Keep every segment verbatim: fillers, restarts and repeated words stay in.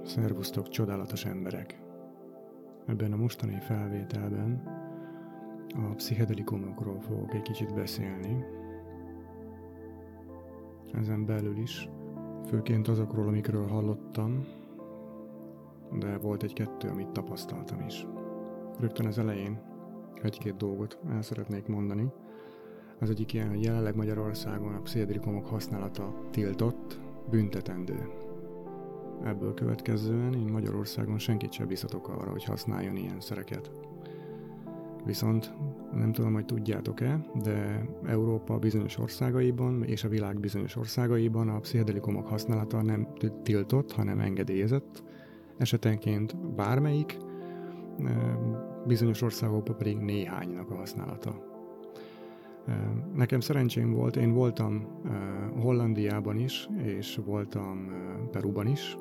Szervusztok, csodálatos emberek! Ebben a mostani felvételben a pszichedelikumokról fogok egy kicsit beszélni. Ezen belül is, főként azokról, amikről hallottam, de volt egy-kettő, amit tapasztaltam is. Rögtön az elején egy-két dolgot el szeretnék mondani. Az egyik ilyen, hogy jelenleg Magyarországon a pszichedelikumok használata tiltott, büntetendő. Ebből következően én Magyarországon senkit sem biztatok arra, hogy használjon ilyen szereket. Viszont nem tudom, hogy tudjátok-e, de Európa bizonyos országaiban és a világ bizonyos országaiban a pszichedelikumok használata nem tiltott, hanem engedélyezett. Esetenként bármelyik, bizonyos országokban pedig néhánynak a használata. Nekem szerencsém volt, én voltam Hollandiában is, és voltam Peruban is,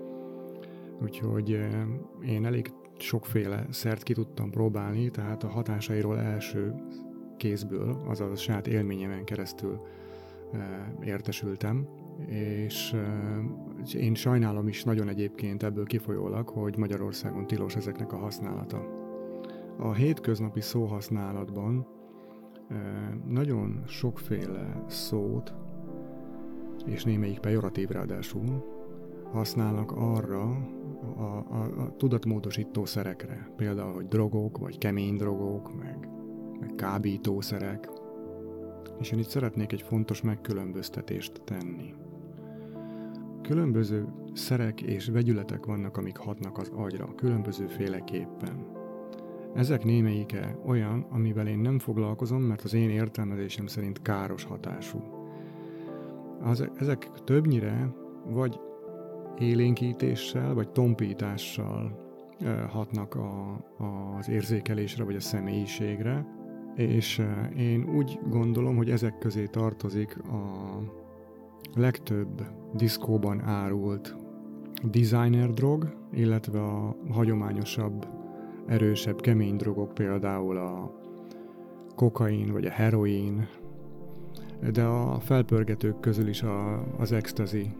úgyhogy én elég sokféle szert ki tudtam próbálni, tehát a hatásairól első kézből, azaz a saját élményemen keresztül értesültem, és én sajnálom is nagyon egyébként ebből kifolyólag, hogy Magyarországon tilos ezeknek a használata. A hétköznapi szóhasználatban nagyon sokféle szót, és némelyik pejoratív ráadásul, használnak arra a, a, a tudatmódosító szerekre. Például, hogy drogok, vagy kemény drogok, meg, meg kábítószerek. És én itt szeretnék egy fontos megkülönböztetést tenni. Különböző szerek és vegyületek vannak, amik hatnak az agyra, különböző féleképpen. Ezek némelyike olyan, amivel én nem foglalkozom, mert az én értelmezésem szerint káros hatású. Az, ezek többnyire vagy élénkítéssel, vagy tompítással hatnak a, az érzékelésre, vagy a személyiségre, és én úgy gondolom, hogy ezek közé tartozik a legtöbb diszkóban árult designer drog, illetve a hagyományosabb, erősebb, kemény drogok, például a kokain vagy a heroin, de a felpörgetők közül is a, az ecstasy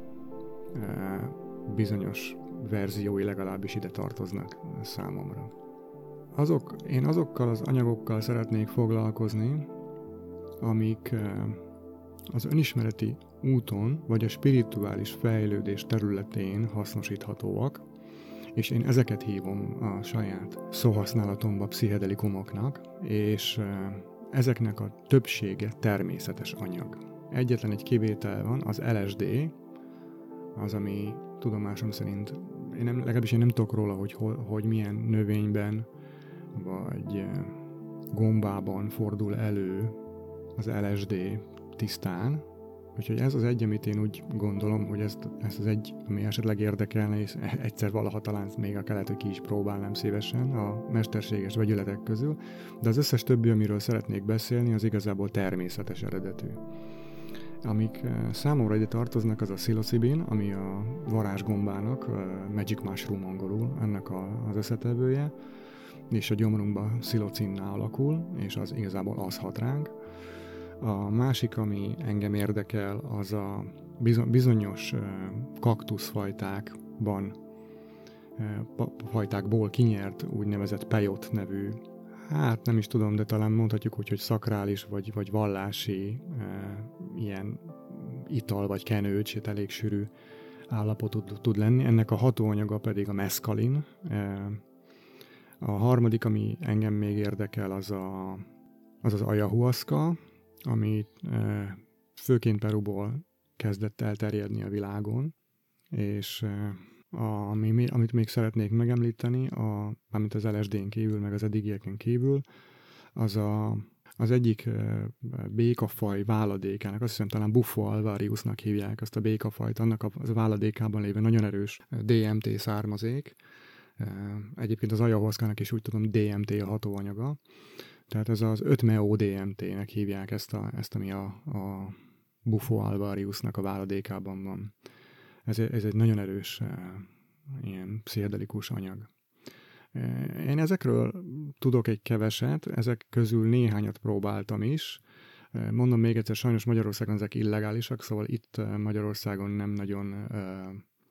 e, bizonyos verziói legalábbis ide tartoznak számomra. Azok, én azokkal az anyagokkal szeretnék foglalkozni, amik e, az önismereti úton vagy a spirituális fejlődés területén hasznosíthatóak, és én ezeket hívom a saját szóhasználatomba pszichedelikumoknak, és ezeknek a többsége természetes anyag. Egyetlen egy kivétel van, az el es dé, az, ami tudomásom szerint, én nem, legalábbis én nem tudok róla, hogy, hogy milyen növényben vagy gombában fordul elő az el es dé tisztán. Úgyhogy ez az egy, amit én úgy gondolom, hogy ez, ez az egy, ami esetleg érdekelne, és egyszer valaha talán még a kelet, hogy ki is próbálnám szívesen a mesterséges vegyületek közül, de az összes többi, amiről szeretnék beszélni, az igazából természetes eredetű. Amik számomra ide tartoznak, az a pszilocibin, ami a varázsgombának, a magic mushroom angolul, ennek a, az összetevője, és a gyomrunkba pszilocinná alakul, és az igazából az hat ránk. A másik, ami engem érdekel, az a bizonyos kaktuszfajtákban, fajtákból kinyert úgynevezett pejot nevű, hát nem is tudom, de talán mondhatjuk úgy, hogy szakrális vagy, vagy vallási ilyen ital vagy kenőcs, elég sűrű állapotú tud lenni. Ennek a hatóanyaga pedig a meszkalin. A harmadik, ami engem még érdekel, az a, az, az ayahuasca, ami e, főként Peruból kezdett elterjedni a világon, és e, a, ami, amit még szeretnék megemlíteni, a, amit az el es dén kívül, meg az eddigieken kívül, az a, az egyik e, békafaj váladékának, azt hiszem talán Bufo alvariusnak hívják azt a békafajt, annak a, az a váladékában lévő nagyon erős dé em té származék. E, egyébként az ayahuasca-nak is úgy tudom dé em té a hatóanyaga. Tehát ez az öt meo dé em té-nek hívják ezt, a, ezt ami a, a Bufo alvariusnak a váladékában van. Ez, ez egy nagyon erős e, ilyen pszichedelikus anyag. E, én ezekről tudok egy keveset, ezek közül néhányat próbáltam is. E, mondom még egyszer, sajnos Magyarországon ezek illegálisak, szóval itt Magyarországon nem nagyon e,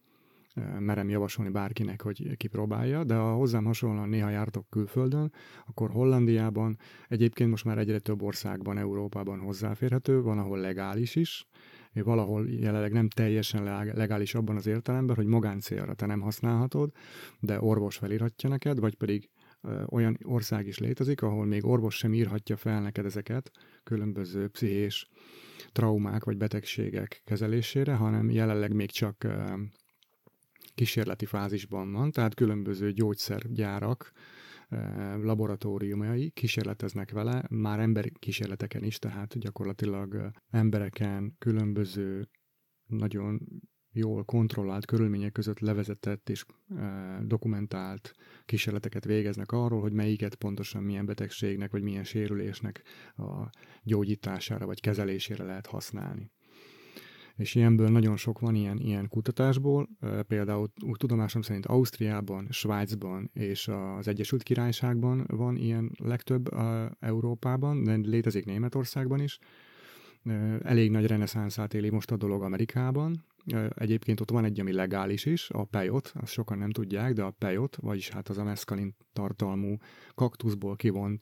merem javasolni bárkinek, hogy kipróbálja, de ha hozzám hasonlóan néha jártok külföldön, akkor Hollandiában, egyébként most már egyre több országban, Európában hozzáférhető, van, ahol legális is, valahol jelenleg nem teljesen legális abban az értelemben, hogy magáncélra te nem használhatod, de orvos felírhatja neked, vagy pedig olyan ország is létezik, ahol még orvos sem írhatja fel neked ezeket különböző pszichés traumák vagy betegségek kezelésére, hanem jelenleg még csak kísérleti fázisban van, tehát különböző gyógyszergyárak, laboratóriumai kísérleteznek vele, már emberi kísérleteken is, tehát gyakorlatilag embereken különböző nagyon jól kontrollált körülmények között levezetett és dokumentált kísérleteket végeznek arról, hogy melyiket pontosan milyen betegségnek vagy milyen sérülésnek a gyógyítására vagy kezelésére lehet használni. És ilyenből nagyon sok van ilyen, ilyen kutatásból, például úgy tudomásom szerint Ausztriában, Svájcban és az Egyesült Királyságban van ilyen legtöbb Európában, de létezik Németországban is. Elég nagy reneszánszát éli most a dolog Amerikában. Egyébként ott van egy, ami legális is, a peyote, azt sokan nem tudják, de a peyote, vagyis hát az a meszkalin tartalmú kaktuszból kivont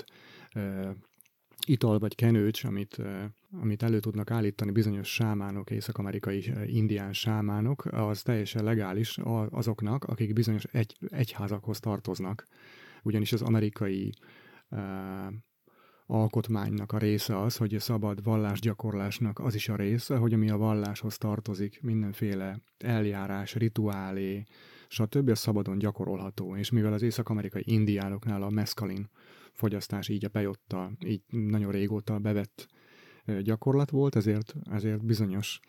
ital vagy kenőcs, amit, amit elő tudnak állítani bizonyos sámánok, észak-amerikai indián sámánok, az teljesen legális azoknak, akik bizonyos egy, egyházakhoz tartoznak. Ugyanis az amerikai uh, alkotmánynak a része az, hogy a szabad vallásgyakorlásnak az is a része, hogy ami a valláshoz tartozik, mindenféle eljárás, rituálé, stb. Az szabadon gyakorolható. És mivel az észak-amerikai indiánoknál a meszkalin fogyasztás így a peyottal, így nagyon régóta bevett gyakorlat volt, ezért, ezért bizonyos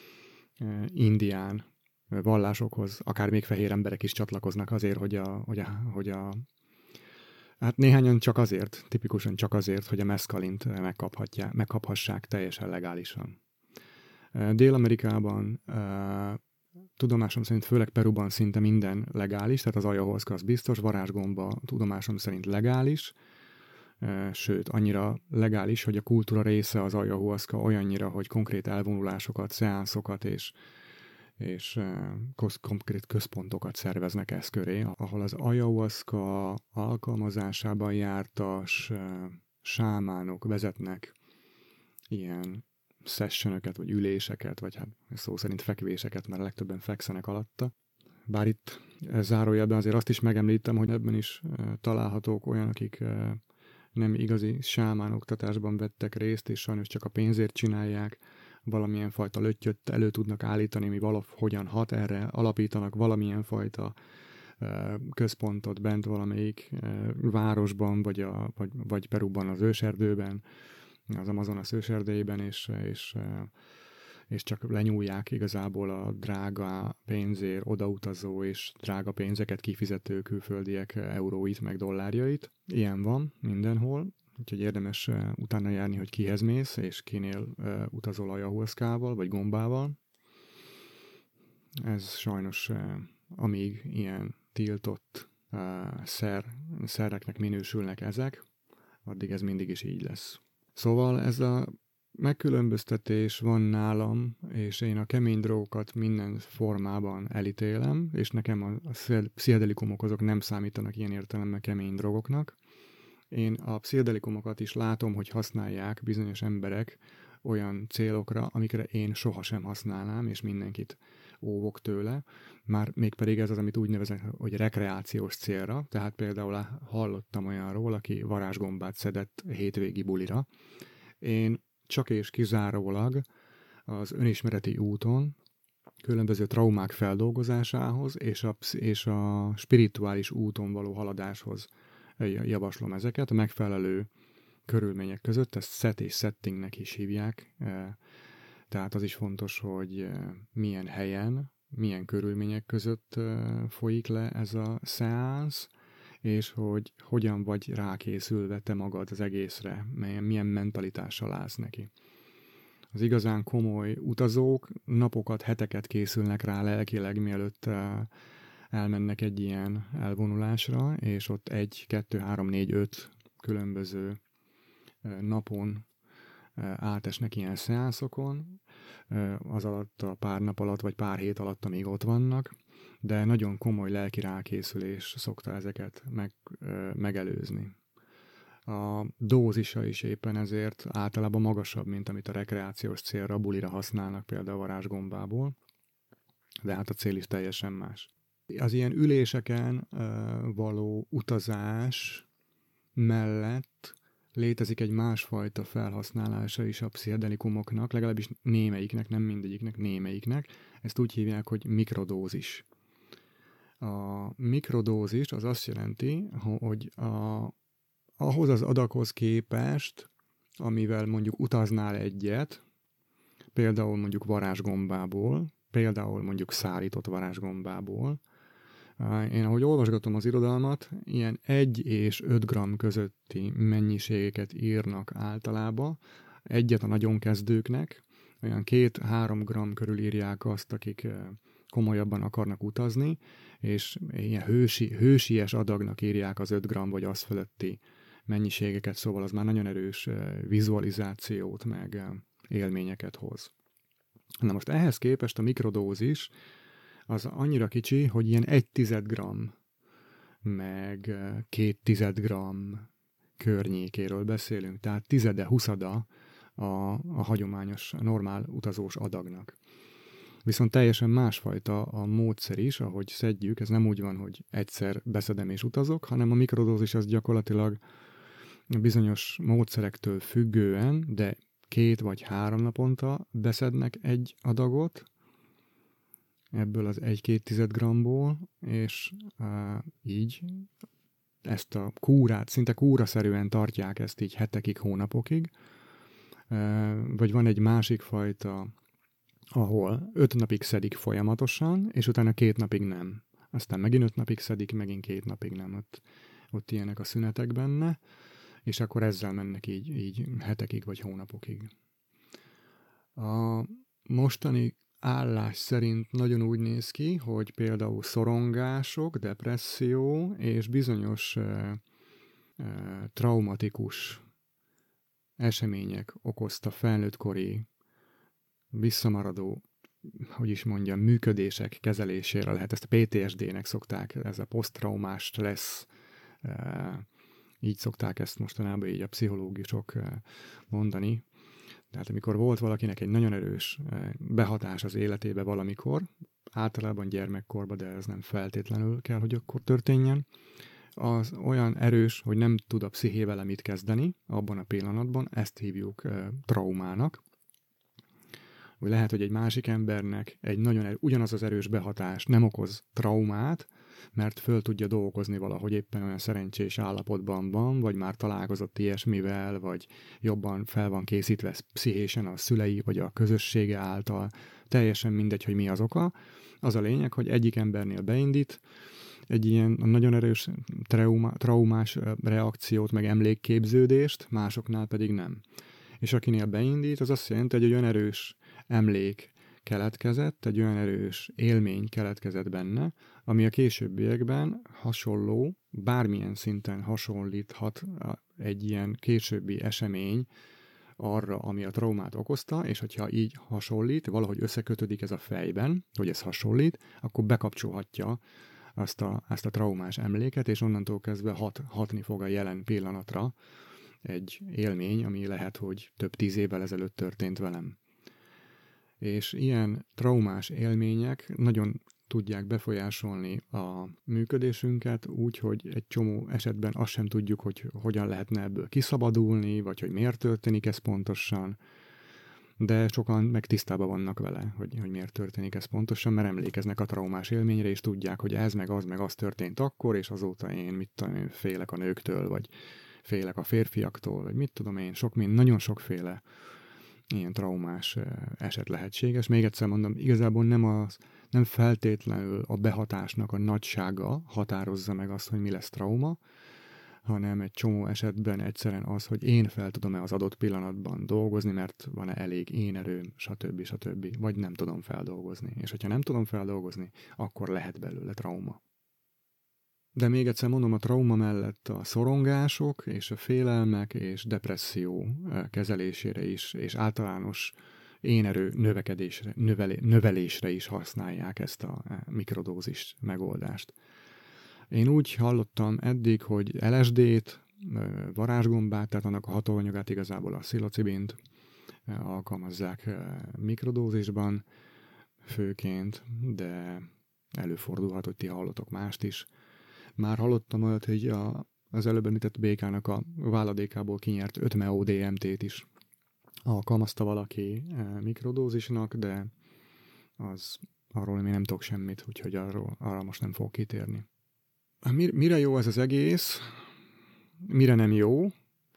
indián vallásokhoz, akár még fehér emberek is csatlakoznak azért, hogy a, hogy a, hogy a hát néhányan csak azért, tipikusan csak azért, hogy a meszkalint megkaphatják, megkaphassák teljesen legálisan. Dél-Amerikában tudomásom szerint főleg Peruban szinte minden legális, tehát az ayahuasca az biztos, varázsgomba tudomásom szerint legális, sőt, annyira legális, hogy a kultúra része az ayahuasca olyannyira, hogy konkrét elvonulásokat, szeánszokat és, és konkrét központokat szerveznek ez köré, ahol az ayahuasca alkalmazásában jártas sámánok vezetnek ilyen sessionöket, vagy üléseket, vagy hát szó szerint fekvéseket, mert legtöbben fekszenek alatta. Bár itt zárójelben azért azt is megemlítem, hogy ebben is találhatók olyan, akik nem igazi sámán oktatásban vettek részt, és sajnos csak a pénzért csinálják, valamilyen fajta löttyöt elő tudnak állítani, mi valahogyan hat erre, alapítanak valamilyen fajta központot bent valamelyik városban, vagy, a, vagy, vagy Peruban az őserdőben, az Amazonas őserdejében, és, és, és csak lenyúlják igazából a drága pénzért odautazó és drága pénzeket kifizető külföldiek euróit meg dollárjait. Ilyen van mindenhol, úgyhogy érdemes utána járni, hogy kihez mész, és kinél utazol ayahuascával vagy gombával. Ez sajnos amíg ilyen tiltott szer, szereknek minősülnek ezek, addig ez mindig is így lesz. Szóval ez a megkülönböztetés van nálam, és én a kemény drogokat minden formában elítélem, és nekem a pszichedelikumok azok nem számítanak ilyen értelemben kemény drogoknak. Én a pszichedelikumokat is látom, hogy használják bizonyos emberek olyan célokra, amikre én sohasem használnám, és mindenkit óvok tőle. Már mégpedig ez az, amit úgy nevezek, hogy rekreációs célra. Tehát például hallottam olyanról, aki varázsgombát szedett hétvégi bulira. Én csak és kizárólag az önismereti úton különböző traumák feldolgozásához és a, és a spirituális úton való haladáshoz javaslom ezeket a megfelelő körülmények között, ezt set és settingnek is hívják, tehát az is fontos, hogy milyen helyen, milyen körülmények között folyik le ez a szeánsz, és hogy hogyan vagy rákészülve te magad az egészre, milyen mentalitással állsz neki. Az igazán komoly utazók napokat, heteket készülnek rá lelkileg, mielőtt elmennek egy ilyen elvonulásra, és ott egy, kettő, három, négy, öt különböző napon átesnek ilyen szeánszokon, az alatt a pár nap alatt, vagy pár hét alatt, amíg ott vannak, de nagyon komoly lelki rákészülés szokta ezeket meg, megelőzni. A dózisa is éppen ezért általában magasabb, mint amit a rekreációs célra, bulira használnak például a varázsgombából, de hát a cél is teljesen más. Az ilyen üléseken való utazás mellett létezik egy másfajta felhasználása is a pszichedelikumoknak, legalábbis némelyiknek, nem mindegyiknek, némelyiknek. Ezt úgy hívják, hogy mikrodózis. A mikrodózis az azt jelenti, hogy a, ahhoz az adaghoz képest, amivel mondjuk utaznál egyet, például mondjuk varázsgombából, például mondjuk szárított varázsgombából, én ahogy olvasgatom az irodalmat, ilyen egy és öt gramm közötti mennyiségeket írnak általában, egyet a nagyon kezdőknek, olyan két-három gramm körül írják azt, akik komolyabban akarnak utazni, és ilyen hősi, hősies adagnak írják az öt gramm vagy az fölötti mennyiségeket, szóval az már nagyon erős vizualizációt meg élményeket hoz. Na most ehhez képest a mikrodózis az annyira kicsi, hogy ilyen egy tized gramm, meg két tized gramm környékéről beszélünk, tehát tizede, huszada a, a hagyományos, a normál utazós adagnak. Viszont teljesen másfajta a módszer is, ahogy szedjük, ez nem úgy van, hogy egyszer beszedem és utazok, hanem a mikrodózis az gyakorlatilag bizonyos módszerektől függően, de két vagy három naponta beszednek egy adagot, ebből az egy-két tized grammból, és uh, így ezt a kúrát, szinte kúraszerűen tartják ezt így hetekig, hónapokig. Uh, vagy van egy másik fajta, ahol öt napig szedik folyamatosan, és utána két napig nem. Aztán megint öt napig szedik, megint két napig nem. Ott, ott ilyenek a szünetek benne, és akkor ezzel mennek így, így hetekig vagy hónapokig. A mostani állás szerint nagyon úgy néz ki, hogy például szorongások, depresszió és bizonyos e, e, traumatikus események okozta felnőttkori visszamaradó, hogy is mondjam, működések kezelésére lehet. Ezt a pé té es dé-nek szokták, ez a posztraumás stressz, e, így szokták ezt mostanában így a pszichológusok mondani. Tehát amikor volt valakinek egy nagyon erős behatás az életébe valamikor, általában gyermekkorban, de ez nem feltétlenül kell, hogy akkor történjen, az olyan erős, hogy nem tud a psziché vele mit kezdeni abban a pillanatban, ezt hívjuk traumának. Úgy lehet, hogy egy másik embernek egy nagyon erős, ugyanaz az erős behatás nem okoz traumát, mert föl tudja dolgozni valahogy éppen olyan szerencsés állapotban van, vagy már találkozott ilyesmivel, vagy jobban fel van készítve pszichésen a szülei, vagy a közössége által. Teljesen mindegy, hogy mi az oka. Az a lényeg, hogy egyik embernél beindít egy ilyen nagyon erős trauma, traumás reakciót, meg emlékképződést, másoknál pedig nem. És akinél beindít, az azt jelenti, hogy egy olyan erős emlék keletkezett, egy olyan erős élmény keletkezett benne, ami a későbbiekben hasonló, bármilyen szinten hasonlíthat egy ilyen későbbi esemény arra, ami a traumát okozta, és hogyha így hasonlít, valahogy összekötődik ez a fejben, hogy ez hasonlít, akkor bekapcsolhatja azt a, azt a traumás emléket, és onnantól kezdve hat, hatni fog a jelen pillanatra egy élmény, ami lehet, hogy több tíz évvel ezelőtt történt velem. És ilyen traumás élmények nagyon tudják befolyásolni a működésünket úgy, hogy egy csomó esetben azt sem tudjuk, hogy hogyan lehetne ebből kiszabadulni, vagy hogy miért történik ez pontosan, de sokan meg tisztában vannak vele, hogy, hogy miért történik ez pontosan, mert emlékeznek a traumás élményre, és tudják, hogy ez, meg az, meg az történt akkor, és azóta én, mit tudom én, félek a nőktől, vagy félek a férfiaktól, vagy mit tudom én, sok, mind, nagyon sokféle ilyen traumás eset lehetséges. Még egyszer mondom, igazából nem, az, nem feltétlenül a behatásnak a nagysága határozza meg azt, hogy mi lesz trauma, hanem egy csomó esetben egyszerűen az, hogy én fel tudom-e az adott pillanatban dolgozni, mert van-e elég én erőm, stb. stb. Vagy nem tudom feldolgozni. És hogyha nem tudom feldolgozni, akkor lehet belőle trauma. De még egyszer mondom, a trauma mellett a szorongások és a félelmek és depresszió kezelésére is, és általános énerő növekedésre, növelé, növelésre is használják ezt a mikrodózis megoldást. Én úgy hallottam eddig, hogy el es dét, varázsgombát, tehát annak a hatóanyagát, igazából a pszilocibint alkalmazzák mikrodózisban főként, de előfordulhat, hogy ti hallotok mást is. Már hallottam olyat, hogy a, az előbb említett békának a váladékából kinyert öt meo dé em té-t is alkalmazta valaki mikrodózisnak, de az arról én nem tudok semmit, úgyhogy arról, arra most nem fogok kitérni. Mire jó ez az egész? Mire nem jó?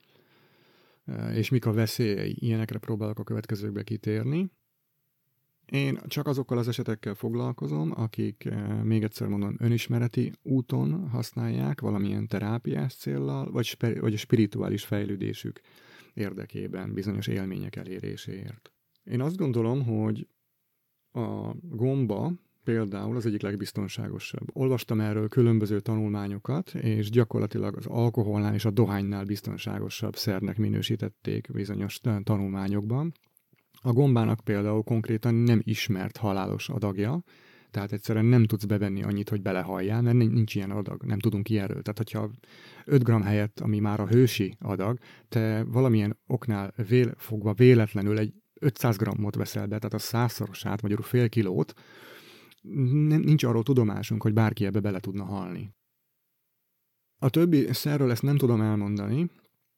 És mik a veszélyei? Ilyenekre próbálok a következőkbe kitérni. Én csak azokkal az esetekkel foglalkozom, akik, még egyszer mondom, önismereti úton használják valamilyen terápiás céllal, vagy, sper- vagy a spirituális fejlődésük érdekében, bizonyos élmények eléréséért. Én azt gondolom, hogy a gomba például az egyik legbiztonságosabb. Olvastam erről különböző tanulmányokat, és gyakorlatilag az alkoholnál és a dohánynál biztonságosabb szernek minősítették bizonyos tanulmányokban. A gombának például konkrétan nem ismert halálos adagja, tehát egyszerűen nem tudsz bevenni annyit, hogy belehalljál, mert nincs ilyen adag, nem tudunk ilyenről. Tehát, hogyha öt gramm helyett, ami már a hősi adag, te valamilyen oknál véle, fogva véletlenül egy ötszáz grammot veszel be, tehát a százszorosát, magyarul fél kilót, nincs arról tudomásunk, hogy bárki ebbe bele tudna halni. A többi szerről ezt nem tudom elmondani.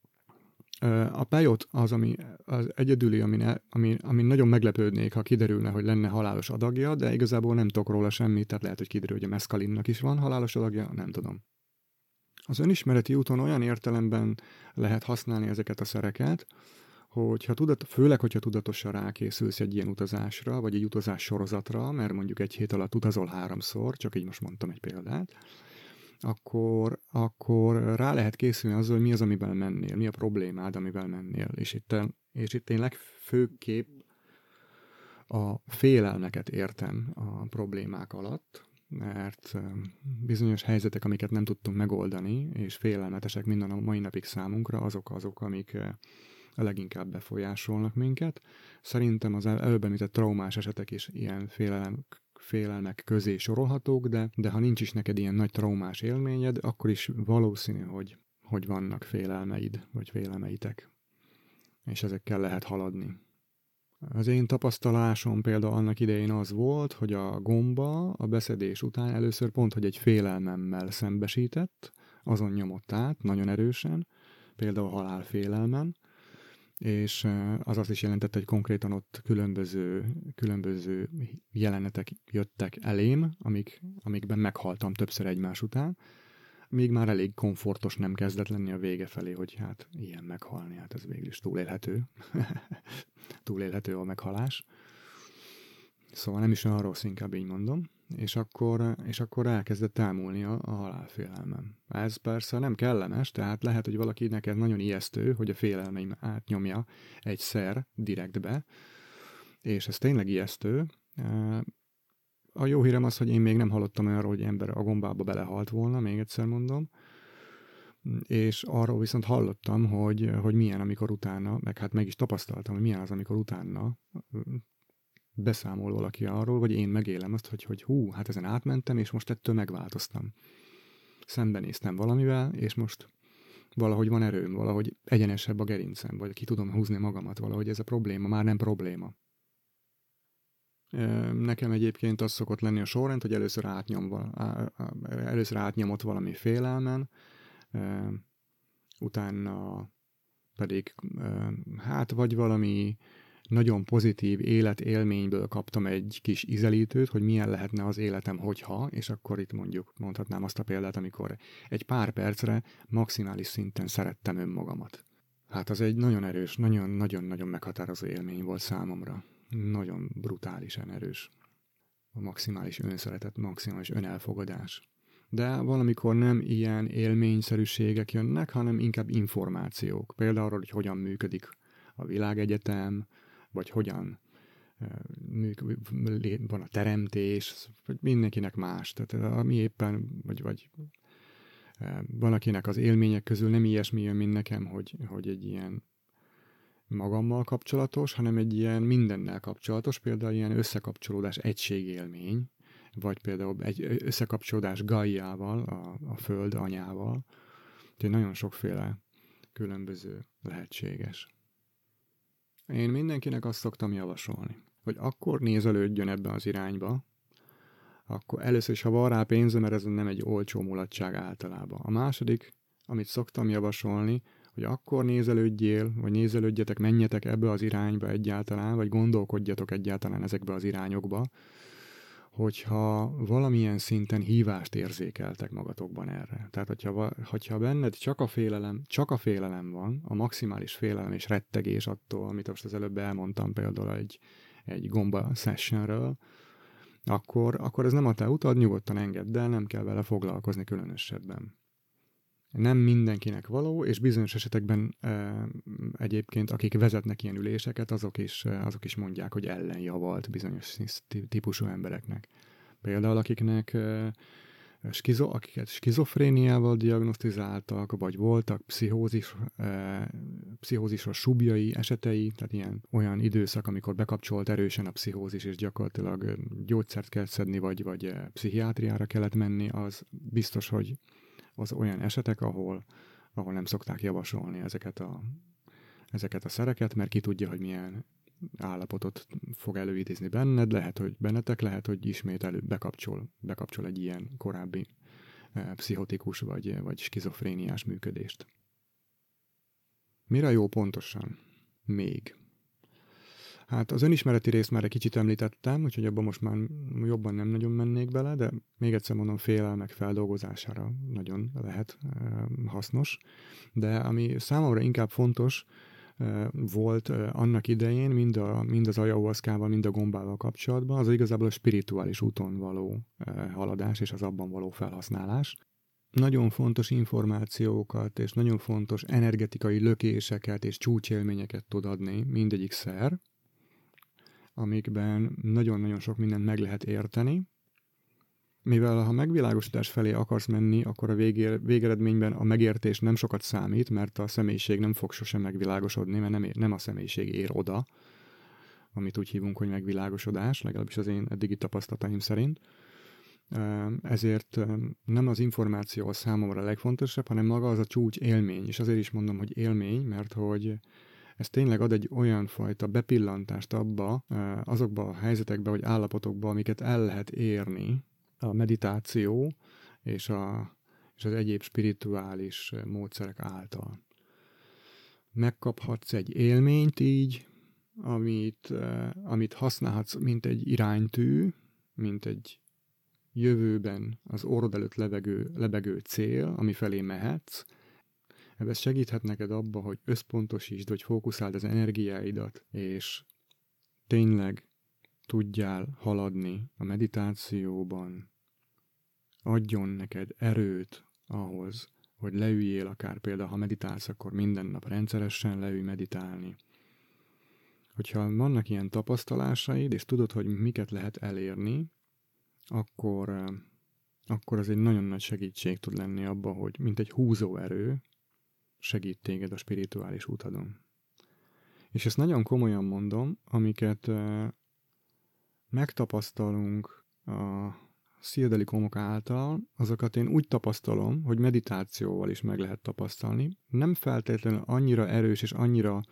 A pejot az, ami az egyedüli, amin, amin, amin nagyon meglepődnék, ha kiderülne, hogy lenne halálos adagja, de igazából nem tudok róla semmit, tehát lehet, hogy kiderül, hogy a meszkalinnak is van halálos adagja, nem tudom. Az önismereti úton olyan értelemben lehet használni ezeket a szereket, hogyha tudat, főleg, hogyha tudatosan rákészülsz egy ilyen utazásra, vagy egy utazás sorozatra, mert mondjuk egy hét alatt utazol háromszor, csak így most mondtam egy példát, akkor, akkor rá lehet készülni azzal, hogy mi az, amivel mennél, mi a problémád, amivel mennél. És itt, és itt én legfőképp a félelmeket értem a problémák alatt, mert bizonyos helyzetek, amiket nem tudtunk megoldani, és félelmetesek minden a mai napig számunkra, azok azok, amik a leginkább befolyásolnak minket. Szerintem az előbb említett traumás esetek is ilyen félelem, félelmek közé sorolhatók, de, de ha nincs is neked ilyen nagy traumás élményed, akkor is valószínű, hogy, hogy vannak félelmeid, vagy félelmeitek. És ezekkel lehet haladni. Az én tapasztalásom például annak idején az volt, hogy a gomba a beszedés után először pont, hogy egy félelmemmel szembesített, azon nyomott át nagyon erősen, például halálfélelmen, és az azt is jelentette, hogy konkrétan ott különböző, különböző jelenetek jöttek elém, amik, amikben meghaltam többször egymás után, még már elég komfortos nem kezdett lenni a vége felé, hogy hát ilyen meghalni, hát ez végül is túlélhető. túlélhető a meghalás. Szóval nem is olyan rossz, inkább így mondom. És akkor, és akkor elkezdett elmúlni a, a halálfélelmem. Ez persze nem kellemes, tehát lehet, hogy valaki neked nagyon ijesztő, hogy a félelmeim átnyomja egy szer direktbe, és ez tényleg ijesztő. A jó hírem az, hogy én még nem hallottam olyanról, hogy ember a gombába belehalt volna, még egyszer mondom, és arról viszont hallottam, hogy, hogy milyen, amikor utána, meg hát meg is tapasztaltam, hogy milyen az, amikor utána beszámol valaki arról, vagy én megélem azt, hogy, hogy hú, hát ezen átmentem, és most ettől megváltoztam. Szembenéztem valamivel, és most valahogy van erőm, valahogy egyenesebb a gerincem, vagy ki tudom húzni magamat, valahogy ez a probléma már nem probléma. Nekem egyébként az szokott lenni a sorrend, hogy először, átnyom, először átnyomott valami félelmen, utána pedig hát vagy valami nagyon pozitív életélményből kaptam egy kis ízelítőt, hogy milyen lehetne az életem, hogyha, és akkor itt mondjuk mondhatnám azt a példát, amikor egy pár percre maximális szinten szerettem önmagamat. Hát az egy nagyon erős, nagyon-nagyon-nagyon meghatározó élmény volt számomra. Nagyon brutálisan erős. A maximális önszeretet, maximális önelfogadás. De valamikor nem ilyen élményszerűségek jönnek, hanem inkább információk. Például arról, hogy hogyan működik a világegyetem, vagy hogyan van a teremtés, vagy mindenkinek más. Tehát ami éppen, vagy, vagy Van, akinek az élmények közül nem ilyesmi jön, mint nekem, hogy, hogy egy ilyen magammal kapcsolatos, hanem egy ilyen mindennel kapcsolatos, például ilyen összekapcsolódás egységélmény, vagy például egy összekapcsolódás Gaiával, a, a Föld anyával. Úgyhogy nagyon sokféle különböző lehetséges. Én mindenkinek azt szoktam javasolni, hogy akkor nézelődjön ebbe az irányba, akkor először is, ha van rá pénze, mert ez nem egy olcsó mulatság általában. A második, amit szoktam javasolni, hogy akkor nézelődjél, vagy nézelődjetek, menjetek ebbe az irányba egyáltalán, vagy gondolkodjatok egyáltalán ezekbe az irányokba, hogyha valamilyen szinten hívást érzékeltek magatokban erre. Tehát, hogyha, hogyha benned csak a félelem, csak a félelem van, a maximális félelem és rettegés attól, amit most az előbb elmondtam például egy, egy gomba sessionről, akkor, akkor ez nem a te utad, nyugodtan engedd el, nem kell vele foglalkozni különösebben. Nem mindenkinek való, és bizonyos esetekben e, egyébként, akik vezetnek ilyen üléseket, azok is, azok is mondják, hogy ellenjavalt bizonyos típusú embereknek. Például akiknek e, skizo, akiket skizofréniával diagnosztizáltak, vagy voltak pszichózis, e, pszichózisra subjai esetei, tehát ilyen olyan időszak, amikor bekapcsolt erősen a pszichózis, és gyakorlatilag gyógyszert kell szedni, vagy, vagy pszichiátriára kellett menni, az biztos, hogy az olyan esetek, ahol, ahol nem szokták javasolni ezeket a, ezeket a szereket, mert ki tudja, hogy milyen állapotot fog előidézni benned, lehet, hogy bennetek, lehet, hogy ismét elő bekapcsol, bekapcsol egy ilyen korábbi e, pszichotikus vagy, vagy skizofréniás működést. Mire jó pontosan? Még. Hát az önismereti részt már egy kicsit említettem, úgyhogy abban most már jobban nem nagyon mennék bele, de még egyszer mondom, félelmek feldolgozására nagyon lehet e, hasznos. De ami számomra inkább fontos e, volt e, annak idején, mind, a, mind az ayahuaszkával, mind a gombával kapcsolatban, az igazából a spirituális úton való e, haladás és az abban való felhasználás. Nagyon fontos információkat és nagyon fontos energetikai lökéseket és csúcsélményeket tud adni mindegyik szer, amikben nagyon-nagyon sok mindent meg lehet érteni, mivel ha megvilágosítás felé akarsz menni, akkor a végé, végeredményben a megértés nem sokat számít, mert a személyiség nem fog sosem megvilágosodni, mert nem, ér, nem a személyiség ér oda, amit úgy hívunk, hogy megvilágosodás, legalábbis az én eddigi tapasztalataim szerint. Ezért nem az információ a számomra a legfontosabb, hanem maga az a csúcs élmény, és azért is mondom, hogy élmény, mert hogy ez tényleg ad egy olyan fajta bepillantást abba, azokba a helyzetekbe, vagy állapotokba, amiket el lehet érni a meditáció és, a, és az egyéb spirituális módszerek által. Megkaphatsz egy élményt így, amit, amit használhatsz, mint egy iránytű, mint egy jövőben az orrod előtt lebegő, lebegő cél, ami felé mehetsz. Ez segíthet neked abba, hogy összpontosítsd, hogy fókuszáld az energiáidat, és tényleg tudjál haladni a meditációban. Adjon neked erőt ahhoz, hogy leüljél akár például, ha meditálsz, akkor minden nap rendszeresen leülj meditálni. Hogyha vannak ilyen tapasztalásaid, és tudod, hogy miket lehet elérni, akkor, akkor az egy nagyon nagy segítség tud lenni abba, hogy mint egy húzóerő segít téged a spirituális útadon. És ezt nagyon komolyan mondom, amiket megtapasztalunk a szildelikomok által, azokat én úgy tapasztalom, hogy meditációval is meg lehet tapasztalni. Nem feltétlenül annyira erős és annyira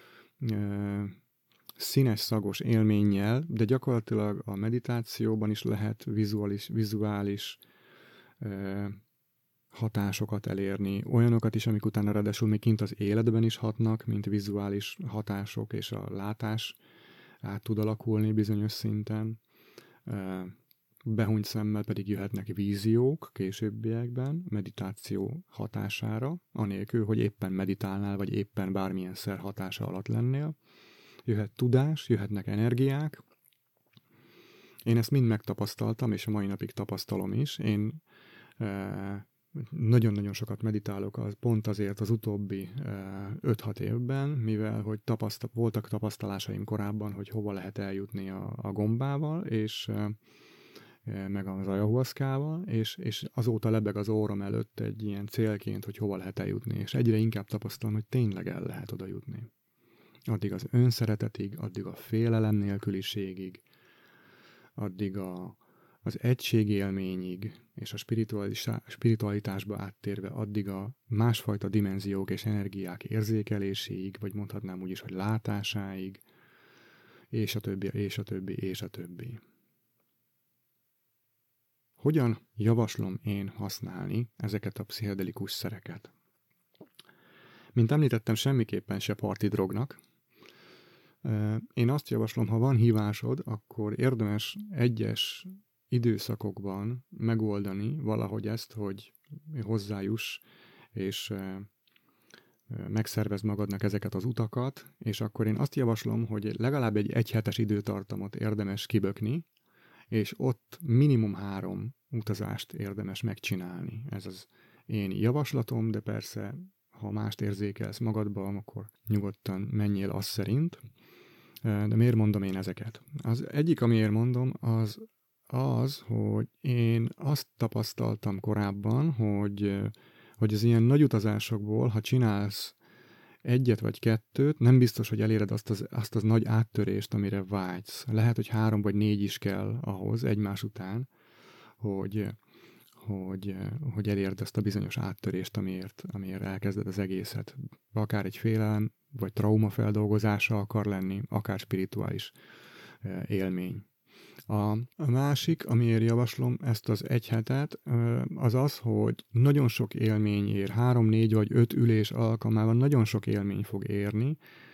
e, színes, szagos élménnyel, de gyakorlatilag a meditációban is lehet vizuális, vizuális e, hatásokat elérni. Olyanokat is, amik utána ráadásul még kint az életben is hatnak, mint vizuális hatások, és a látás át tud alakulni bizonyos szinten. E, Behunyt szemmel pedig jöhetnek víziók későbbiekben, meditáció hatására, anélkül, hogy éppen meditálnál, vagy éppen bármilyen szer hatása alatt lennél. Jöhet tudás, jöhetnek energiák. Én ezt mind megtapasztaltam, és a mai napig tapasztalom is. Én e, nagyon-nagyon sokat meditálok az, pont azért az utóbbi e, öt-hat évben, mivel hogy tapasztal, voltak tapasztalásaim korábban, hogy hova lehet eljutni a, a gombával, és e, meg az ayahuaszkával, és, és azóta lebeg az orrom előtt egy ilyen célként, hogy hova lehet eljutni, és egyre inkább tapasztalom, hogy tényleg el lehet oda jutni. Addig az önszeretetig, addig a félelem nélküliségig, addig a, az egységélményig, és a spiritualitásba áttérve addig a másfajta dimenziók és energiák érzékeléséig, vagy mondhatnám úgy is, hogy látásáig, és a többi, és a többi, és a többi. Hogyan javaslom én használni ezeket a pszichedelikus szereket? Mint említettem, semmiképpen se parti drognak. Én azt javaslom, ha van hívásod, akkor érdemes egyes időszakokban megoldani valahogy ezt, hogy hozzájuss, és megszervezd magadnak ezeket az utakat, és akkor én azt javaslom, hogy legalább egy egyhetes időtartamot érdemes kibökni, és ott minimum három utazást érdemes megcsinálni. Ez az én javaslatom, de persze, ha mást érzékelsz magadban, akkor nyugodtan menjél az szerint. De miért mondom én ezeket? Az egyik, amiért mondom, az az, hogy én azt tapasztaltam korábban, hogy, hogy az ilyen nagy utazásokból, ha csinálsz egyet vagy kettőt, nem biztos, hogy eléred azt az, azt az nagy áttörést, amire vágysz. Lehet, hogy három vagy négy is kell ahhoz egymás után, hogy, hogy, hogy elérd ezt a bizonyos áttörést, amiért, amiért elkezded az egészet. Akár egy félelem, vagy trauma feldolgozása akar lenni, akár spirituális élmény. A, a másik, amiért javaslom ezt az egy hetet, az az, hogy nagyon sok élmény ér, három, négy vagy öt ülés alkalmával nagyon sok élmény fog érni,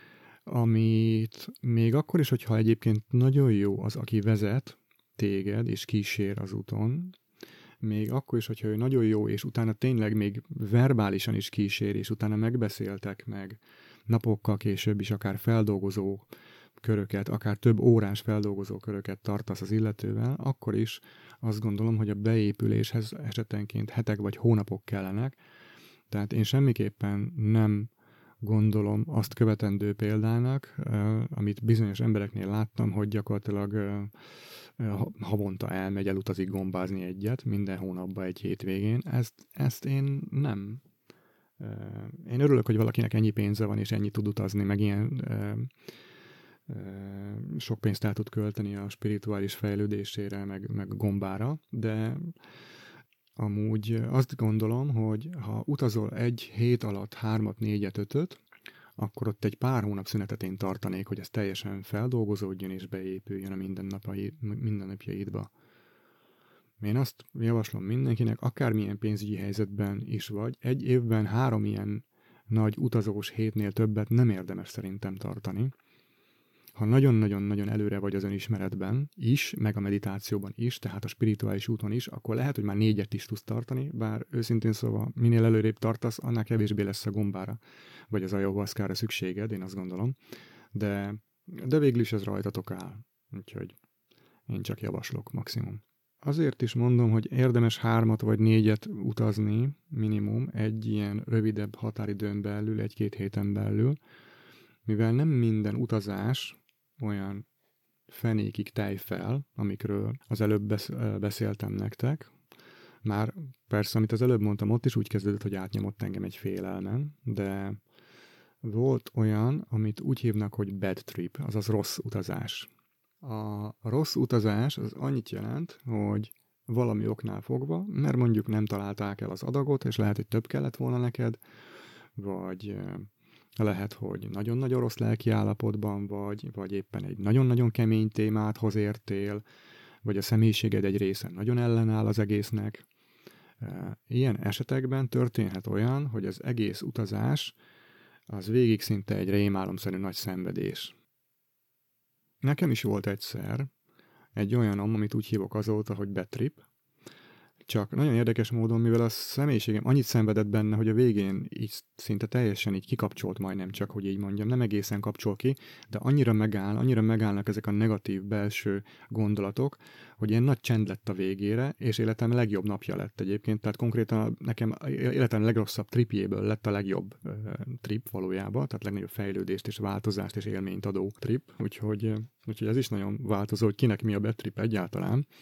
amit még akkor is, hogyha egyébként nagyon jó az, aki vezet téged és kísér az úton, még akkor is, hogyha ő nagyon jó, és utána tényleg még verbálisan is kísér, és utána megbeszéltek meg napokkal később is akár feldolgozó köröket, akár több órás feldolgozó köröket tartasz az illetővel, akkor is azt gondolom, hogy a beépüléshez esetenként hetek vagy hónapok kellenek. Tehát én semmiképpen nem gondolom azt követendő példának, amit bizonyos embereknél láttam, hogy gyakorlatilag havonta elmegy, elutazik gombázni egyet, minden hónapban egy hétvégén. Ezt, ezt én nem. Én örülök, hogy valakinek ennyi pénze van, és ennyi tud utazni, meg ilyen sok pénzt el tud költeni a spirituális fejlődésére, meg, meg gombára, de amúgy azt gondolom, hogy ha utazol egy hét alatt hármat, négyet, ötöt, akkor ott egy pár hónap szünetet én tartanék, hogy ez teljesen feldolgozódjon és beépüljön a mindennapai, mindennapjaidba. Én azt javaslom mindenkinek, akármilyen pénzügyi helyzetben is vagy, egy évben három ilyen nagy utazós hétnél többet nem érdemes szerintem tartani. Ha nagyon-nagyon-nagyon előre vagy az önismeretben is, meg a meditációban is, tehát a spirituális úton is, akkor lehet, hogy már négyet is tudsz tartani, bár őszintén szóval minél előrébb tartasz, annál kevésbé lesz a gombára, vagy az ayahuaszkára szükséged, én azt gondolom. De, de végül is ez rajtatok áll. Úgyhogy én csak javaslok maximum. Azért is mondom, hogy érdemes hármat vagy négyet utazni minimum egy ilyen rövidebb határidőn belül, egy-két héten belül, mivel nem minden utazás olyan fenékig tej fel, amikről az előbb beszéltem nektek. Már persze, amit az előbb mondtam, ott is úgy kezdődött, hogy átnyomott engem egy félelmen, de volt olyan, amit úgy hívnak, hogy bad trip, azaz rossz utazás. A rossz utazás az annyit jelent, hogy valami oknál fogva, mert mondjuk nem találták el az adagot, és lehet, hogy több kellett volna neked, vagy lehet, hogy nagyon-nagyon rossz lelki állapotban vagy, vagy éppen egy nagyon-nagyon kemény témát hoz értél, vagy a személyiséged egy része nagyon ellenáll az egésznek. Ilyen esetekben történhet olyan, hogy az egész utazás az végig szinte egy rémálomszerű nagy szenvedés. Nekem is volt egyszer egy olyanom, amit úgy hívok azóta, hogy bad trip, csak nagyon érdekes módon, mivel a személyiségem annyit szenvedett benne, hogy a végén így szinte teljesen így kikapcsolt majdnem, csak hogy így mondjam, nem egészen kapcsol ki, de annyira megáll, annyira megállnak ezek a negatív belső gondolatok, hogy ilyen nagy csend lett a végére, és életem legjobb napja lett egyébként, tehát konkrétan nekem életem legrosszabb tripjéből lett a legjobb uh, trip valójában, tehát legnagyobb fejlődést és változást és élményt adó trip, úgyhogy, úgyhogy ez is nagyon változó, hogy kinek mi a bad trip egyáltalán.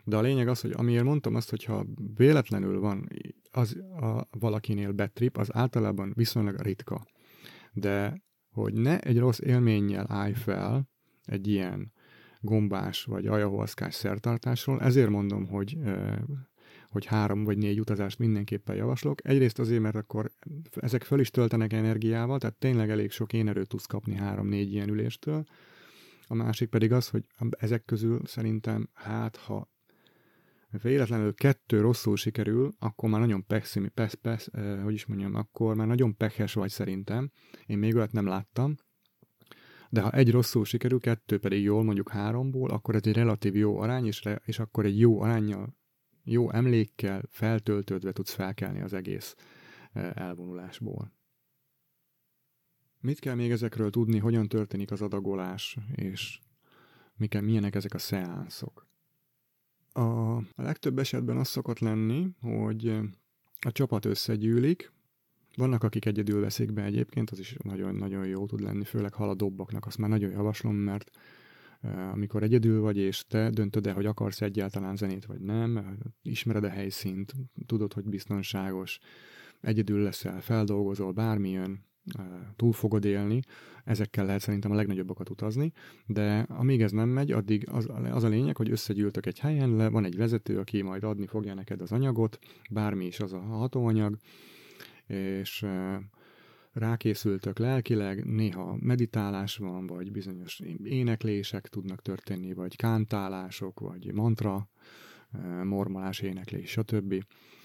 De a lényeg az, hogy amiért mondtam azt, hogyha véletlenül van az a valakinél bad trip, az általában viszonylag ritka. De hogy ne egy rossz élménnyel állj fel egy ilyen gombás vagy ayahuaszkás szertartásról, ezért mondom, hogy, hogy három vagy négy utazást mindenképpen javaslok. Egyrészt azért, mert akkor ezek föl is töltenek energiával, tehát tényleg elég sok énerőt tudsz kapni három-négy ilyen üléstől. A másik pedig az, hogy ezek közül szerintem, hát ha véletlenül kettő rosszul sikerül, akkor már nagyon peszimi, pesz, pesz, eh, hogy is mondjam, akkor már nagyon pehes vagy szerintem. Én még olyat nem láttam. De ha egy rosszul sikerül, kettő pedig jól, mondjuk háromból, akkor ez egy relatív jó arány, és, re, és akkor egy jó aránnyal, jó emlékkel feltöltődve tudsz felkelni az egész eh, elvonulásból. Mit kell még ezekről tudni, hogyan történik az adagolás, és miken, milyenek ezek a szeánszok? A, a legtöbb esetben az szokott lenni, hogy a csapat összegyűlik, vannak, akik egyedül veszik be egyébként, az is nagyon-nagyon jó tud lenni, főleg haladóbbaknak, azt már nagyon javaslom, mert uh, amikor egyedül vagy, és te döntöd el, hogy akarsz egyáltalán zenét, vagy nem, ismered a helyszínt, tudod, hogy biztonságos, egyedül leszel, feldolgozol, bármi jön, uh, túl fogod élni, ezekkel lehet szerintem a legnagyobbakat utazni, de amíg ez nem megy, addig az, az a lényeg, hogy összegyűltök egy helyen, le, van egy vezető, aki majd adni fogja neked az anyagot, bármi is az a hatóanyag, és rákészültök lelkileg, néha meditálás van, vagy bizonyos éneklések tudnak történni, vagy kántálások, vagy mantra, mormolás, éneklés, stb.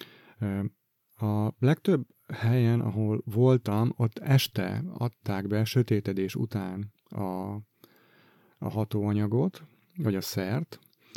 A legtöbb helyen, ahol voltam, ott este adták be sötétedés után a, a hatóanyagot, vagy a szert.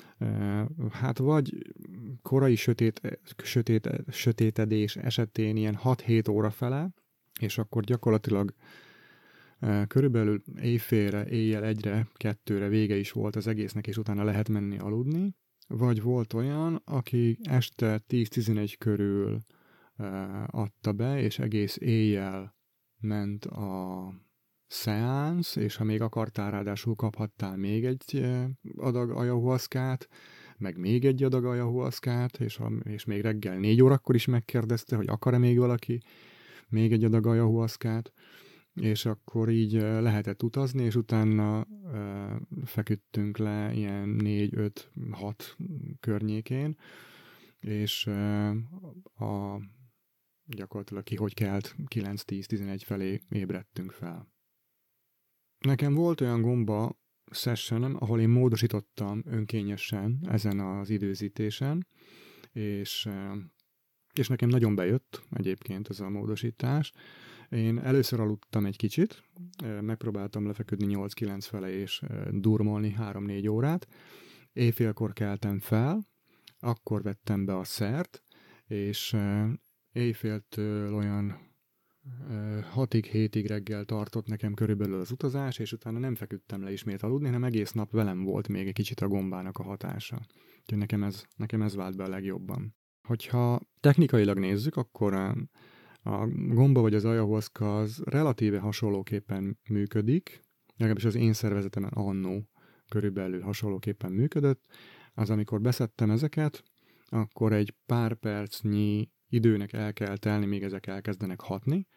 Hát vagy korai sötét, sötét, sötétedés esetén ilyen hat-hét óra fele, és akkor gyakorlatilag körülbelül éjfélre, éjjel egyre, kettőre vége is volt az egésznek, és utána lehet menni aludni. Vagy volt olyan, aki este tíz-tizenegy körül adta be, és egész éjjel ment a szeánsz, és ha még akartál, ráadásul kaphattál még egy adag ayahuaszkát, meg még egy adag ayahuaszkát, és, a, és még reggel négy órakor is megkérdezte, hogy akar-e még valaki még egy adag ayahuaszkát, és akkor így lehetett utazni, és utána uh, feküdtünk le ilyen négy öt hat környékén, és uh, a gyakorlatilag ki hogy kelt kilenc tíz tizenegy felé ébredtünk fel. Nekem volt olyan gomba sessionem, ahol én módosítottam önkényesen ezen az időzítésen, és, és nekem nagyon bejött egyébként ez a módosítás. Én először aludtam egy kicsit, megpróbáltam lefeküdni nyolc-kilenc fele és durmolni három-négy órát. Éjfélkor keltem fel, akkor vettem be a szert, és éjféltől olyan hatig, hétig reggel tartott nekem körülbelül az utazás, és utána nem feküdtem le ismét aludni, hanem egész nap velem volt még egy kicsit a gombának a hatása. Úgyhogy nekem ez, nekem ez vált be a legjobban. Hogyha technikailag nézzük, akkor a gomba vagy az ayahuaszka az relatíve hasonlóképpen működik, legalábbis az én szervezetemen annó körülbelül hasonlóképpen működött. Az, amikor beszedtem ezeket, akkor egy pár percnyi időnek el kell telni, még ezek elkezdenek hatni.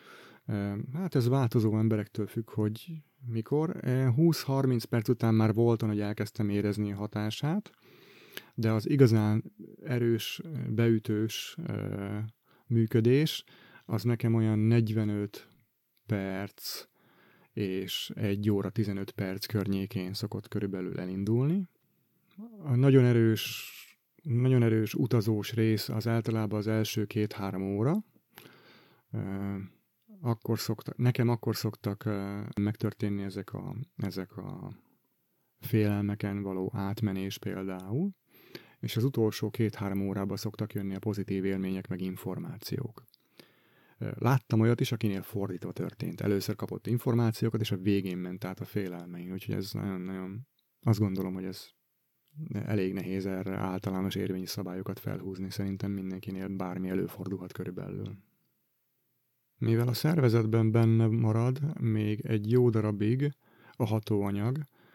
Hát ez változó emberektől függ, hogy mikor. húsz-harminc perc után már volt olyan, hogy elkezdtem érezni a hatását, de az igazán erős, beütős működés, az nekem olyan negyvenöt perc és egy óra tizenöt perc környékén szokott körülbelül elindulni. A nagyon erős nagyon erős utazós rész az általában az első két-három óra. Akkor szoktak, nekem akkor szoktak megtörténni ezek a, ezek a félelmeken való átmenés például, és az utolsó két-három órában szoktak jönni a pozitív élmények meg információk. Láttam olyat is, akinél fordítva történt. Először kapott információkat, és a végén ment át a félelmein, úgyhogy ez nagyon-nagyon, azt gondolom, hogy ez elég nehéz erre általános érvényi szabályokat felhúzni, szerintem mindenkinél bármi előfordulhat körülbelül. Mivel a szervezetben benne marad még egy jó darabig a hatóanyag,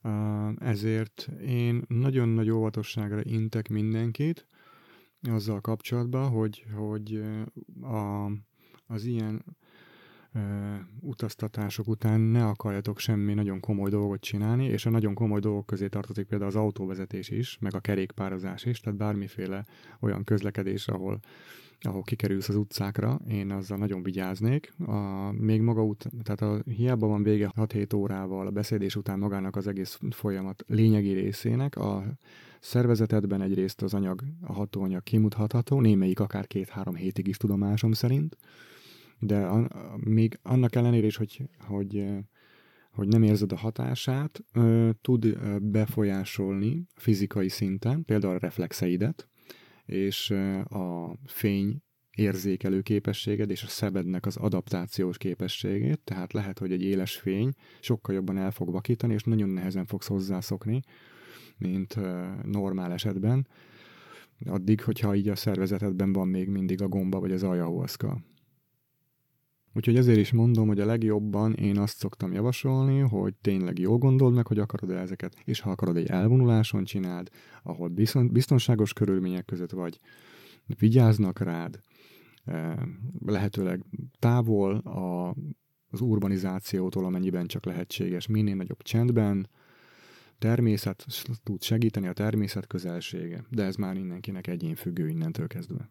Ezért én nagyon nagy óvatosságra intek mindenkit azzal kapcsolatban, hogy, hogy a, az ilyen Uh, utaztatások után ne akarjatok semmi nagyon komoly dolgot csinálni, és a nagyon komoly dolgok közé tartozik például az autóvezetés is, meg a kerékpározás is, tehát bármiféle olyan közlekedés, ahol, ahol kikerülsz az utcákra, én azzal nagyon vigyáznék. A, még maga ut- tehát a, hiába van vége hat-hét órával a beszédés után magának az egész folyamat lényegi részének, a szervezetedben egyrészt az anyag, a hatóanyag kimutatható, némelyik akár két-három hétig is tudomásom szerint, de a, a, még annak ellenére is, hogy, hogy, hogy nem érzed a hatását, ö, tud ö, befolyásolni fizikai szinten, például a reflexeidet, és ö, a fény érzékelő képességed és a szemednek az adaptációs képességét, tehát lehet, hogy egy éles fény sokkal jobban el fog vakítani, és nagyon nehezen fogsz hozzászokni, mint ö, normál esetben, addig, hogyha így a szervezetedben van még mindig a gomba vagy az ayahuasca. Úgyhogy ezért is mondom, hogy a legjobban én azt szoktam javasolni, hogy tényleg jól gondold meg, hogy akarod-e ezeket, és ha akarod, egy elvonuláson csináld, ahol biztonságos körülmények között vagy, vigyáznak rád, lehetőleg távol a, az urbanizációtól, amennyiben csak lehetséges, minél nagyobb csendben, természet tud segíteni, a természet közelsége, de ez már mindenkinek egyénfüggő innentől kezdve.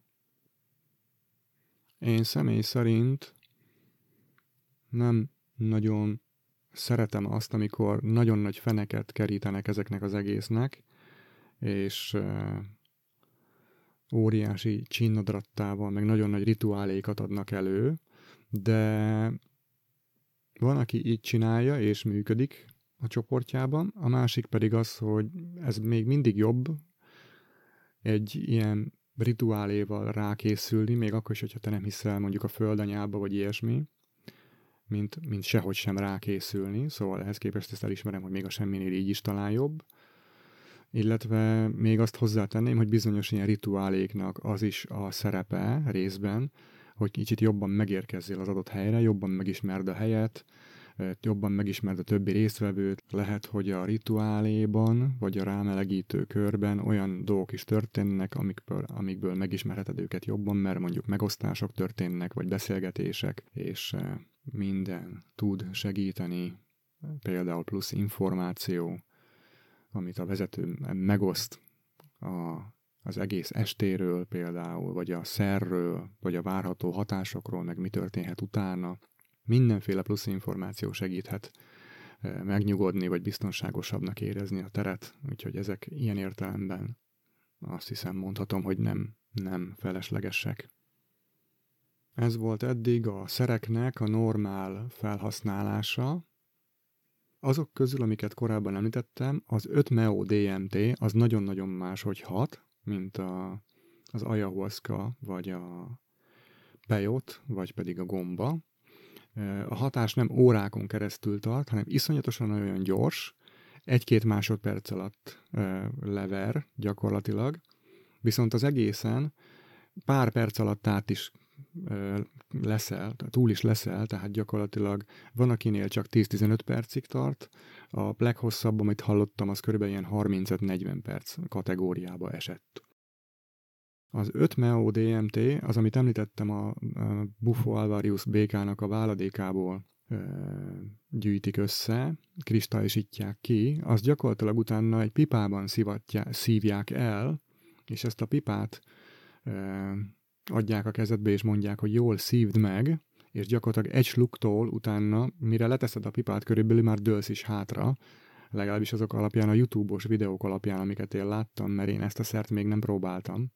Én személy szerint nem nagyon szeretem azt, amikor nagyon nagy feneket kerítenek ezeknek az egésznek, és uh, óriási csinnadrattával, meg nagyon nagy rituálékat adnak elő, de van, aki így csinálja, és működik a csoportjában, a másik pedig az, hogy ez még mindig jobb egy ilyen rituáléval rákészülni, még akkor is, hogyha te nem hiszel mondjuk a földanyába, vagy ilyesmi, mint, mint sehogy sem rákészülni, szóval ehhez képest ezt elismerem, hogy még a semminél így is talán jobb. Illetve még azt hozzátenném, hogy bizonyos ilyen rituáléknak az is a szerepe részben, hogy kicsit jobban megérkezzél az adott helyre, jobban megismerd a helyet, jobban megismerd a többi résztvevőt. Lehet, hogy a rituáléban, vagy a rámelegítő körben olyan dolgok is történnek, amikből, amikből megismerheted őket jobban, mert mondjuk megosztások történnek, vagy beszélgetések, és minden tud segíteni, például plusz információ, amit a vezető megoszt a, az egész estéről például, vagy a szerről, vagy a várható hatásokról, meg mi történhet utána. Mindenféle plusz információ segíthet megnyugodni, vagy biztonságosabbnak érezni a teret, úgyhogy ezek ilyen értelemben azt hiszem mondhatom, hogy nem, nem feleslegesek. Ez volt eddig a szereknek a normál felhasználása. Azok közül, amiket korábban említettem, az öt meo dé em té az nagyon-nagyon máshogy hat, mint a, az ayahuasca, vagy a peyote, vagy pedig a gomba. A hatás nem órákon keresztül tart, hanem iszonyatosan olyan gyors, egy-két másodperc alatt lever gyakorlatilag, viszont az egészen pár perc alatt át is leszel, túl is leszel, tehát gyakorlatilag van, akinél csak tíz-tizenöt percig tart, a leghosszabb, amit hallottam, az körülbelül ilyen harmincöt-negyven perc kategóriába esett. Az öt meo dé em té, az, amit említettem, a Bufo alvarius békának a váladékából e, gyűjtik össze, kristályosítják ki, az gyakorlatilag utána egy pipában szívják el, és ezt a pipát e, adják a kezedbe, és mondják, hogy jól szívd meg, és gyakorlatilag egy sluktól utána, mire leteszed a pipát, körülbelül már dőlsz is hátra, legalábbis azok alapján, a YouTube-os videók alapján, amiket én láttam, mert én ezt a szert még nem próbáltam.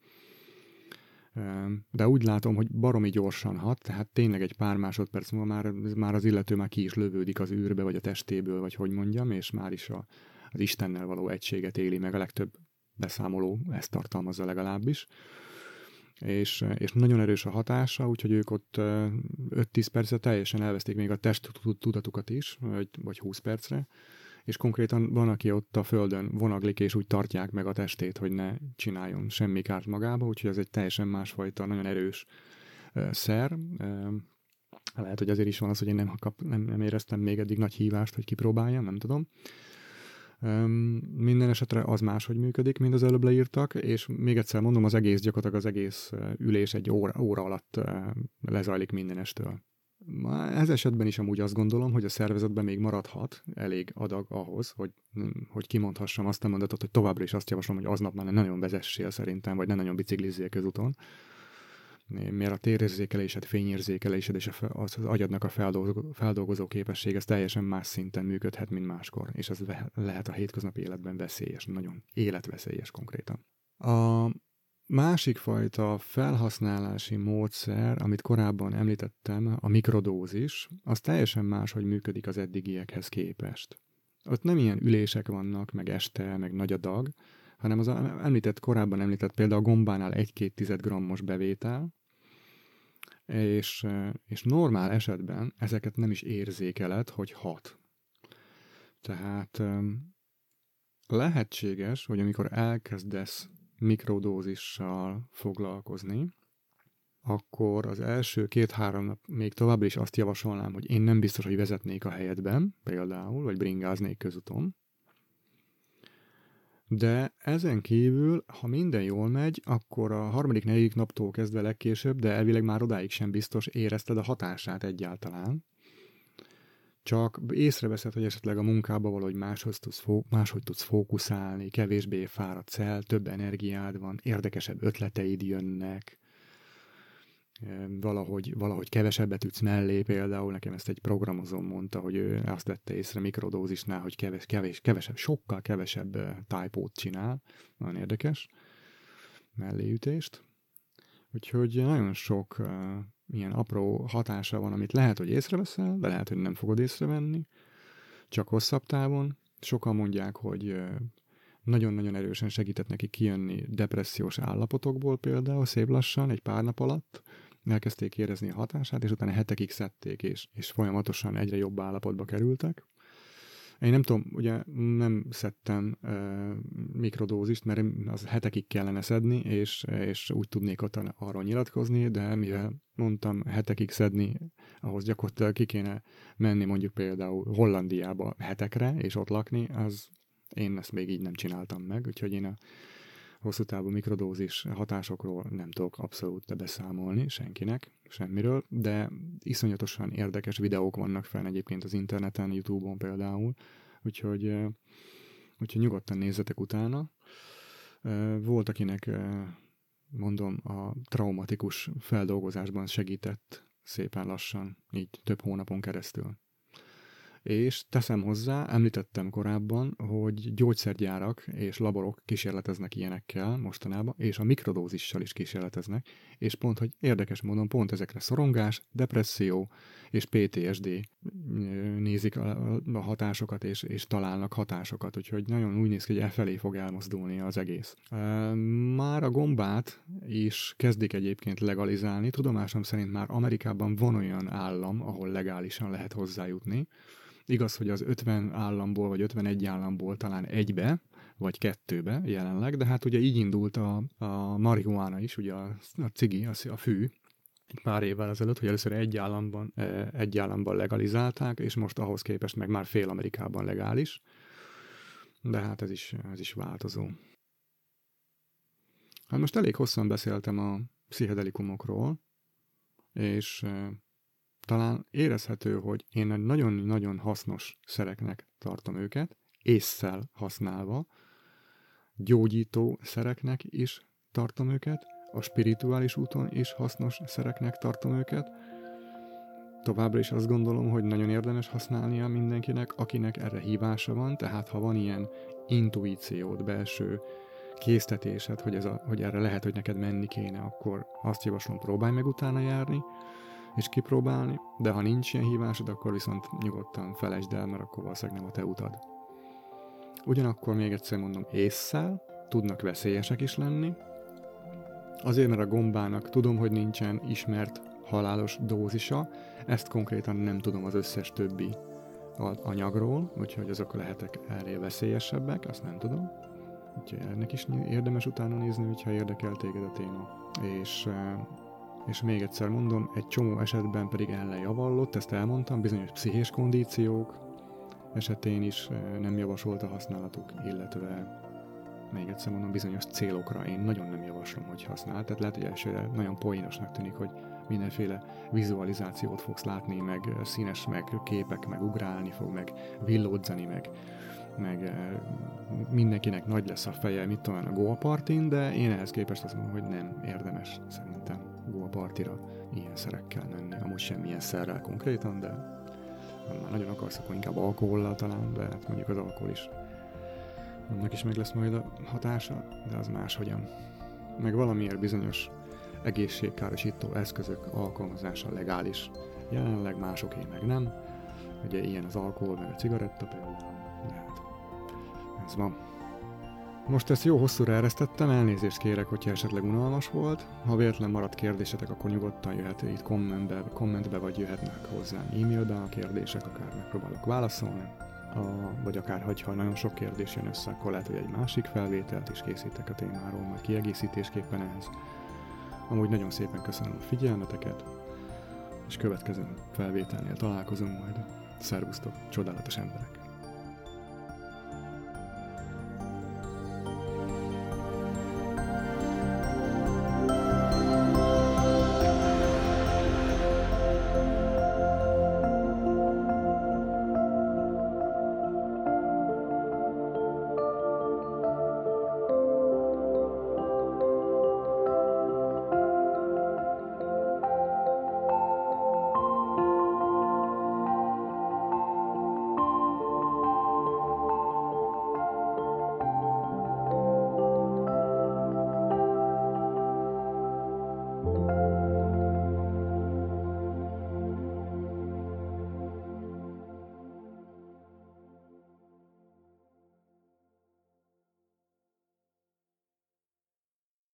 De úgy látom, hogy baromi gyorsan hat, tehát tényleg egy pár másodperc múlva már, már az illető már ki is lövődik az űrbe, vagy a testéből, vagy hogy mondjam, és már is a, az Istennel való egységet éli meg, a legtöbb beszámoló ezt tartalmazza legalábbis. És, és nagyon erős a hatása, úgyhogy ők ott öt-tíz percre teljesen elveszték még a test tudatukat is, vagy, vagy húsz percre, és konkrétan van, aki ott a földön vonaglik, és úgy tartják meg a testét, hogy ne csináljon semmi kárt magába, úgyhogy ez egy teljesen másfajta, nagyon erős uh, szer. Uh, lehet, hogy azért is van az, hogy én nem, kap, nem, nem éreztem még eddig nagy hívást, hogy kipróbáljam, nem tudom. Minden esetre az máshogy működik, mint az előbb leírtak, és még egyszer mondom, az egész gyakorlatilag az egész ülés egy óra, óra alatt lezajlik mindenestől. Ez esetben is amúgy azt gondolom, hogy a szervezetben még maradhat elég adag ahhoz, hogy, hogy kimondhassam azt a mondatot, hogy továbbra is azt javaslom, hogy aznap már ne nagyon vezessél szerintem, vagy ne nagyon biciklizzél közúton. Mert a térérzékelésed, fényérzékelésed és az agyadnak a feldolgozó, feldolgozó képesség, ez teljesen más szinten működhet, mint máskor, és ez lehet a hétköznapi életben veszélyes, nagyon életveszélyes konkrétan. A másik fajta felhasználási módszer, amit korábban említettem, a mikrodózis, az teljesen máshogy működik az eddigiekhez képest. Ott nem ilyen ülések vannak, meg este, meg nagy adag, hanem az említett, korábban említett például a gombánál egy-két tized grammos bevétel, és, és normál esetben ezeket nem is érzékeled, hogy hat. Tehát lehetséges, hogy amikor elkezdesz mikrodózissal foglalkozni, akkor az első két-három nap még továbbra is azt javasolnám, hogy én nem biztos, hogy vezetnék a helyedben, például, vagy bringáznék közúton. De ezen kívül, ha minden jól megy, akkor a harmadik, negyedik naptól kezdve legkésőbb, de elvileg már odáig sem biztos érezted a hatását egyáltalán. Csak észreveszed, hogy esetleg a munkába valahogy máshoz tudsz, máshogy tudsz fókuszálni, kevésbé fáradsz el, több energiád van, érdekesebb ötleteid jönnek, valahogy, valahogy kevesebbet ütsz mellé, például nekem ezt egy programozó mondta, hogy ő azt vette észre mikrodózisnál, hogy keves, kevés, kevesebb, sokkal kevesebb typót csinál, nagyon érdekes melléütést. Úgyhogy nagyon sok uh, ilyen apró hatása van, amit lehet, hogy észreveszel, de lehet, hogy nem fogod észrevenni, csak hosszabb távon. Sokan mondják, hogy uh, nagyon-nagyon erősen segített neki kijönni depressziós állapotokból például, szép lassan, egy pár nap alatt elkezdték érezni a hatását, és utána hetekig szedték, és, és folyamatosan egyre jobb állapotba kerültek. Én nem tudom, ugye nem szedtem uh, mikrodózist, mert az hetekig kellene szedni, és, és úgy tudnék ott arról nyilatkozni, de mivel mondtam hetekig szedni, ahhoz gyakorlatilag ki kéne menni mondjuk például Hollandiába hetekre, és ott lakni, az én ezt még így nem csináltam meg, úgyhogy én a hosszú távú mikrodózis hatásokról nem tudok abszolút beszámolni senkinek, semmiről, de iszonyatosan érdekes videók vannak fenn egyébként az interneten, YouTube-on például, úgyhogy, úgyhogy nyugodtan nézzetek utána. Volt, akinek mondom, a traumatikus feldolgozásban segített szépen lassan, így több hónapon keresztül. És teszem hozzá, említettem korábban, hogy gyógyszergyárak és laborok kísérleteznek ilyenekkel mostanában, és a mikrodózissal is kísérleteznek, és pont, hogy érdekes módon pont ezekre szorongás, depresszió és pé té es dé nézik a hatásokat, és, és találnak hatásokat, úgyhogy nagyon úgy néz ki, hogy e felé fog elmozdulni az egész. Már a gombát is kezdik egyébként legalizálni, tudomásom szerint már Amerikában van olyan állam, ahol legálisan lehet hozzájutni. Igaz, hogy az ötven államból, vagy ötvenegy államból talán egybe, vagy kettőbe jelenleg, de hát ugye így indult a, a marihuána is, ugye a, a cigi, a, a fű, egy pár évvel ezelőtt, hogy először egy államban, egy államban legalizálták, és most ahhoz képest meg már fél Amerikában legális, de hát ez is, ez is változó. Hát most elég hosszan beszéltem a pszichedelikumokról, és talán érezhető, hogy én nagyon-nagyon hasznos szereknek tartom őket, ésszel használva, gyógyító szereknek is tartom őket, a spirituális úton is hasznos szereknek tartom őket. Továbbra is azt gondolom, hogy nagyon érdemes használnia mindenkinek, akinek erre hívása van, tehát ha van ilyen intuíciód, belső késztetésed, hogy, ez a, hogy erre lehet, hogy neked menni kéne, akkor azt javaslom, próbálj meg utána járni, és kipróbálni, de ha nincs ilyen hívásod, akkor viszont nyugodtan felejtsd el, mert akkor valószínűleg nem a te utad. Ugyanakkor még egyszer mondom, ésszel tudnak veszélyesek is lenni, azért, mert a gombának tudom, hogy nincsen ismert halálos dózisa, ezt konkrétan nem tudom az összes többi anyagról, úgyhogy azok lehetek elég veszélyesebbek, azt nem tudom. Úgyhogy ennek is érdemes utána nézni, hogyha érdekel téged a téma. És... És még egyszer mondom, egy csomó esetben pedig ellen javallott, ezt elmondtam, bizonyos pszichés kondíciók, esetén is nem javasolt a használatuk, illetve még egyszer mondom, bizonyos célokra én nagyon nem javaslom, hogy használ. Tehát lehet, hogy elsőre nagyon poénosnak tűnik, hogy mindenféle vizualizációt fogsz látni, meg színes, meg képek, meg ugrálni fog, meg villódzani, meg, meg mindenkinek nagy lesz a feje, mit tudom, a Goa Partin, de én ehhez képest azt mondom, hogy nem érdemes szerintem Goa Partira ilyen szerekkel menni. Amúgy semmilyen szerrel konkrétan, de nem már nagyon akarsz, akkor inkább alkohollal talán, de hát mondjuk az alkohol is. Annak is meg lesz majd a hatása, de az máshogyan. Meg valamiért bizonyos egészségkárosító eszközök alkalmazása legális. Jelenleg másoké meg nem. Ugye ilyen az alkohol, meg a cigaretta például. De hát ez van. Most ezt jó hosszúra eresztettem, elnézést kérek, hogyha esetleg unalmas volt. Ha véletlen maradt kérdésetek, akkor nyugodtan jöhet itt kommentbe, kommentbe vagy jöhetnek hozzám e-mailben a kérdések, akár megpróbálok válaszolni. A, vagy akár, hogyha nagyon sok kérdés jön össze, akkor lehet, hogy egy másik felvételt is készítek a témáról, majd kiegészítésképpen ehhez. Amúgy nagyon szépen köszönöm a figyelmeteket, és következő felvételnél találkozunk majd. Szervusztok, csodálatos emberek!